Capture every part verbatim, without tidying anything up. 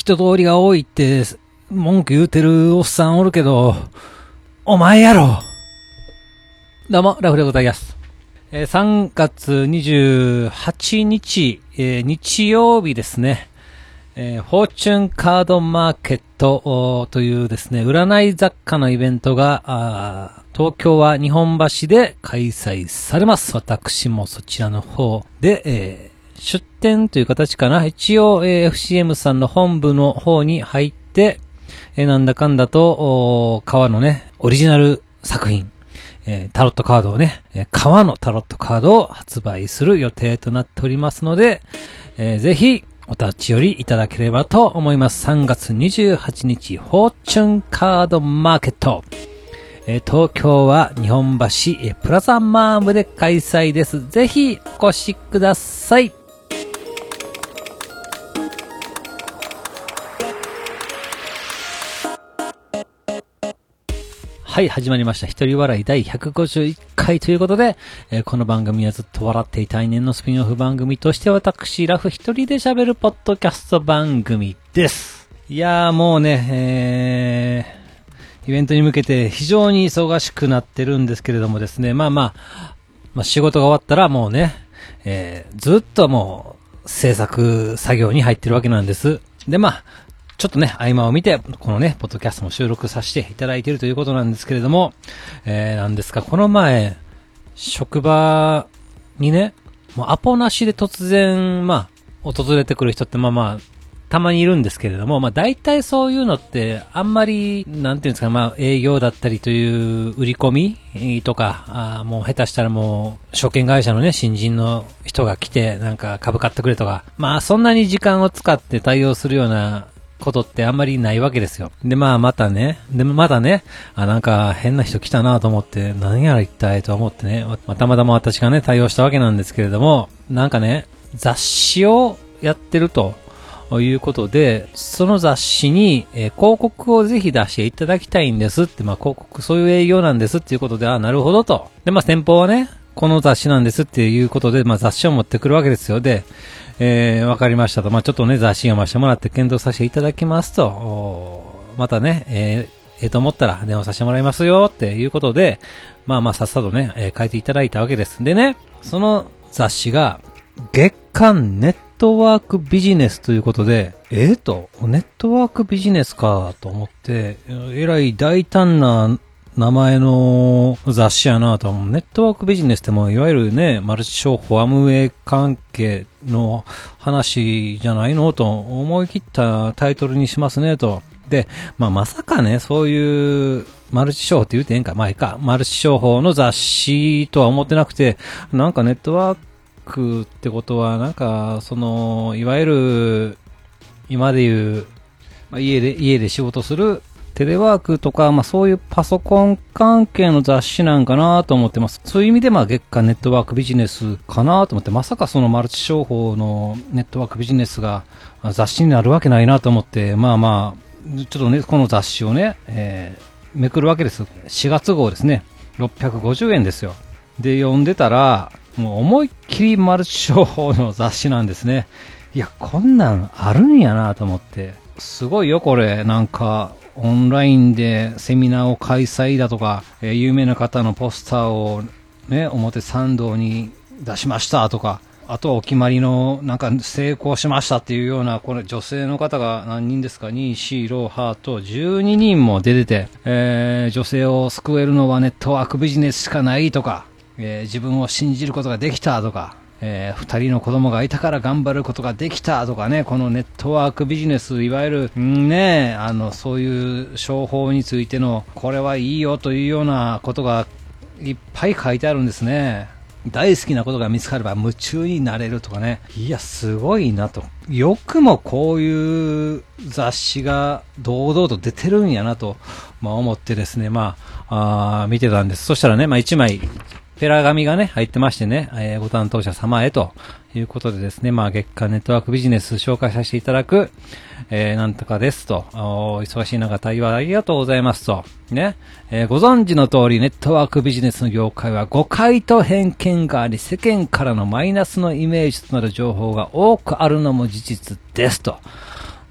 人通りが多いって文句言うてるおっさんおるけど、お前やろ。どうも、ラフでございます。えー、さんがつにじゅうはちにち、えー、日曜日ですね。えー、フォーチュンカードマーケットというですね、占い雑貨のイベントが、あ東京は日本橋で開催されます。私もそちらの方で、えー出店という形かな。一応、えー、エフシーエム さんの本部の方に入って、えー、なんだかんだと、革のね、オリジナル作品、えー、タロットカードをね、えー、革のタロットカードを発売する予定となっておりますので、えー、ぜひお立ち寄りいただければと思います。さんがつにじゅうはちにち、フォーチュンカードマーケット。えー、東京は日本橋、えー、プラザマームで開催です。ぜひお越しください。はい、始まりました。一人笑いだいひゃくごじゅういっかいということで、えー、この番組はずっと笑っていたい年のスピンオフ番組として私、ラフ一人で喋るポッドキャスト番組です。いやーもうね、えー、イベントに向けて非常に忙しくなってるんですけれどもですね、まあまあ、まあ、仕事が終わったらもうね、えー、ずっともう制作作業に入ってるわけなんです。で、まあ、ちょっとね、合間を見て、このね、ポッドキャストも収録させていただいているということなんですけれども、えー、なんですか、この前、職場にね、もうアポなしで突然、まあ、訪れてくる人ってまあまあ、たまにいるんですけれども、まあ大体そういうのって、あんまり、なんていうんですか、まあ営業だったりという売り込みとか、あもう下手したらもう、証券会社のね、新人の人が来て、なんか株買ってくれとか、まあそんなに時間を使って対応するような、ことってあんまりないわけですよ。で、まあまたね、でもまだね、あ、なんか変な人来たなと思って、何やら一体と思ってね、まあ、たまたま私がね、対応したわけなんですけれども、なんかね、雑誌をやってるということで、その雑誌に、えー、広告をぜひ出していただきたいんですって、まあ広告、そういう営業なんですっていうことで、あ、なるほどと。で、まあ先方はね、この雑誌なんですっていうことで、まあ雑誌を持ってくるわけですよ。で、えー、わかりましたと。まあちょっとね、雑誌読ませてもらって検討させていただきますと、またね、えー、えー、と思ったら電話させてもらいますよっていうことで、まあまあさっさとね、えー、書いていただいたわけです。でね、その雑誌が、月刊ネットワークビジネスということで、えーと、ネットワークビジネスかと思って、えらい大胆な名前の雑誌やなと思う。ネットワークビジネスってもういわゆるね、マルチ商法アムウェイ関係の話じゃないのと思い切ったタイトルにしますねと。で、まあまさかね、そういうマルチ商法って言うてええんか、まあいいか、マルチ商法の雑誌とは思ってなくて、なんかネットワークってことはなんか、その、いわゆる今で言う、まあ、家で、家で仕事するテレワークとか、まあそういうパソコン関係の雑誌なんかなと思ってます。そういう意味でまあ月刊ネットワークビジネスかなと思って、まさかそのマルチ商法のネットワークビジネスが雑誌になるわけないなと思って、まあまあ、ちょっとね、この雑誌をね、えー、めくるわけです。しがつ号ですね。ろっぴゃくごじゅうえんですよ。で、読んでたら、もう思いっきりマルチ商法の雑誌なんですね。いや、こんなんあるんやなと思って。すごいよ、これ。なんか、オンラインでセミナーを開催だとか、えー、有名な方のポスターをね、表参道に出しましたとか、あとはお決まりのなんか成功しましたっていうような、これ女性の方が何人ですか ?に、よん、ろく、はとじゅうににんも出てて、えー、女性を救えるのはネットワークビジネスしかないとか、えー、自分を信じることができたとか、えー、二人の子供がいたから頑張ることができたとかね、このネットワークビジネス、いわゆる、んね、あの、そういう商法についての、これはいいよというようなことがいっぱい書いてあるんですね。大好きなことが見つかれば夢中になれるとかね。いや、すごいなと。よくもこういう雑誌が堂々と出てるんやなと、まあ思ってですね、まあ、あ見てたんです。そしたらね、まあ一枚、ペラ紙がね、入ってましてね、えー、ご担当者様へということでですね、まあ月間ネットワークビジネス紹介させていただく、えー、なんとかですと、忙しい中対応ありがとうございますと、ね、えー、ご存知の通りネットワークビジネスの業界は誤解と偏見があり、世間からのマイナスのイメージとなる情報が多くあるのも事実ですと。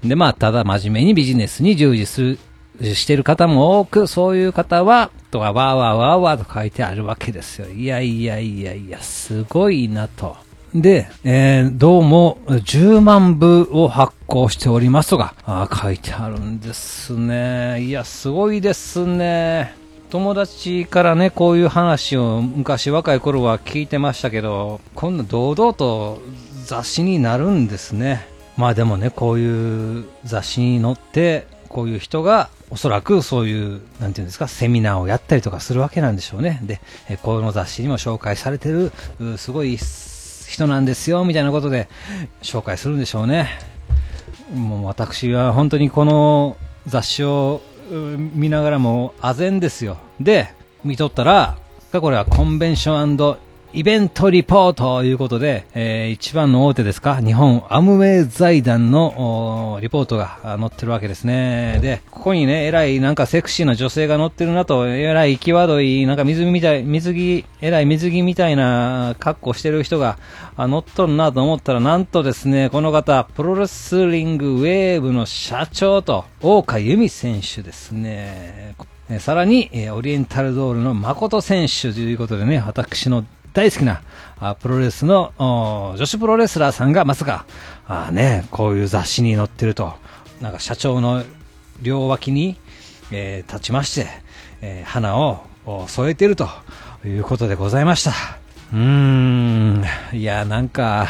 で、まあ、ただ真面目にビジネスに従事する、してる方も多く、そういう方は、とか、わーわーわーわーと書いてあるわけですよ。いやいやいやいや、すごいなと。で、えー、どうもじゅうまんぶを発行しておりますとか、あ書いてあるんですね。いや、すごいですね。友達からね、こういう話を昔若い頃は聞いてましたけど、今度堂々と雑誌になるんですね。まあでもね、こういう雑誌に載って、こういう人がおそらくそういう、なんていうんですか、セミナーをやったりとかするわけなんでしょうね。で、この雑誌にも紹介されてる、すごい人なんですよ、みたいなことで紹介するんでしょうね。もう私は本当にこの雑誌を見ながらも唖然ですよ。で、見とったら、これはコンベンション&イベントリポートということで、えー、一番の大手ですか、日本アムウェイ財団のリポートが載ってるわけですね。で、ここにね、えらいなんかセクシーな女性が載ってるなと、えらい際どい、なんか水着みたい、水着、えらい水着みたいな格好してる人が載っとるなと思ったら、なんとですね、この方、プロレスリングウェーブの社長と、大岡由美選手ですね。さらに、オリエンタルドールの誠選手ということでね、私の大好きなプロレスの女子プロレスラーさんがまさかあ、ね、こういう雑誌に載ってると、なんか社長の両脇に、えー、立ちまして、えー、花を添えているということでございました。うーん、いや、なんか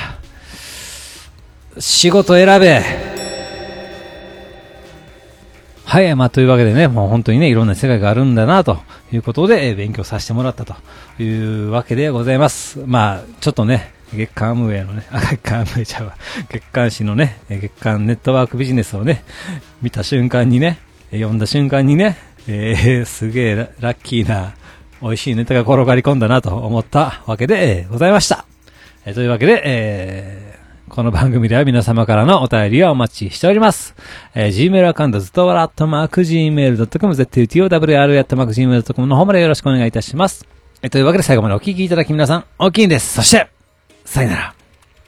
仕事選べ。はい、まあ、というわけでね、もう本当にね、いろんな世界があるんだなということで、えー、勉強させてもらったというわけでございます。まあ、ちょっとね、月刊アムウェイのね、あ、月刊アムウェイちゃうわ、月刊誌のね、月刊ネットワークビジネスをね、見た瞬間にね、読んだ瞬間にね、えー、すげえ ラ, ラッキーな、美味しいネタが転がり込んだなと思ったわけで、えー、ございました。えー、というわけで、えーこの番組では皆様からのお便りをお待ちしております。えー、Gmail アカウント、ズトワラットマーク ジーメールドットコム、ゼットユーティーオーダブリューアール アットマーク ジーメールドットコム の方までよろしくお願いいたします。えー、というわけで最後までお聞きいただき皆さん、大きいんです。そして、さよなら。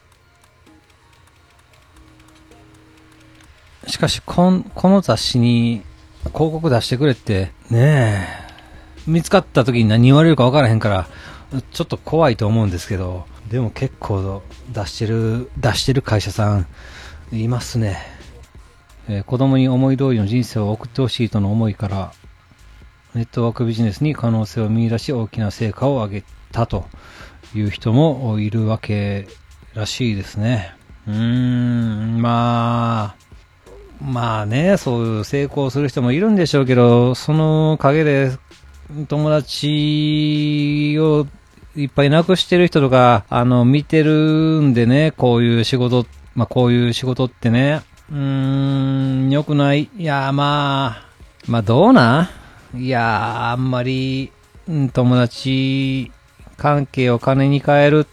しかし、こん、この雑誌に広告出してくれって、ねえ、見つかった時に何言われるか分からへんから、ちょっと怖いと思うんですけど、でも結構出してる出してる会社さんいますね。えー、子供に思い通りの人生を送ってほしいとの思いからネットワークビジネスに可能性を見出し大きな成果を上げたという人もいるわけらしいですね。うーん、まあまあね、そういう成功する人もいるんでしょうけど、その陰で友達をいっぱいなくしてる人とか、あの、見てるんでね、こういう仕事、まあ、こういう仕事ってね、うーん、良くない。いや、まあ、まあ、どうないや、あんまり、うん、友達関係を金に変えるって、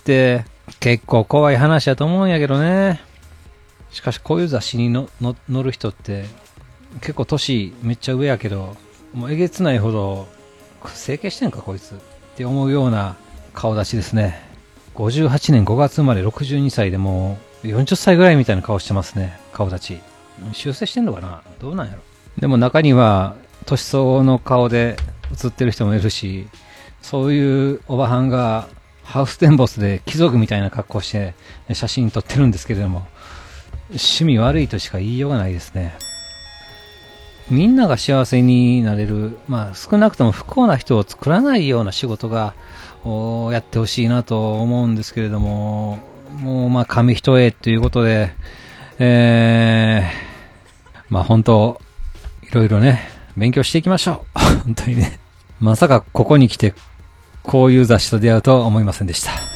結構怖い話だと思うんやけどね。しかし、こういう雑誌にのの載る人って、結構年めっちゃ上やけど、もうえげつないほど、整形してんか、こいつ。って思うような、顔立ちですね。ごじゅうはちねんごがつ生まれろくじゅうにさいでもうよんじゅっさいぐらいみたいな顔してますね。顔立ち。修正してんのかな、どうなんやろ。でも中には年相応の顔で写ってる人もいるし、そういうおばはんがハウステンボスで貴族みたいな格好して写真撮ってるんですけれども、趣味悪いとしか言いようがないですね。みんなが幸せになれる、まあ少なくとも不幸な人を作らないような仕事がやってほしいなと思うんですけれども、もうまあ紙一重ということで、えー、まあ本当いろいろね勉強していきましょう。本当にね、まさかここに来てこういう雑誌と出会うとは思いませんでした。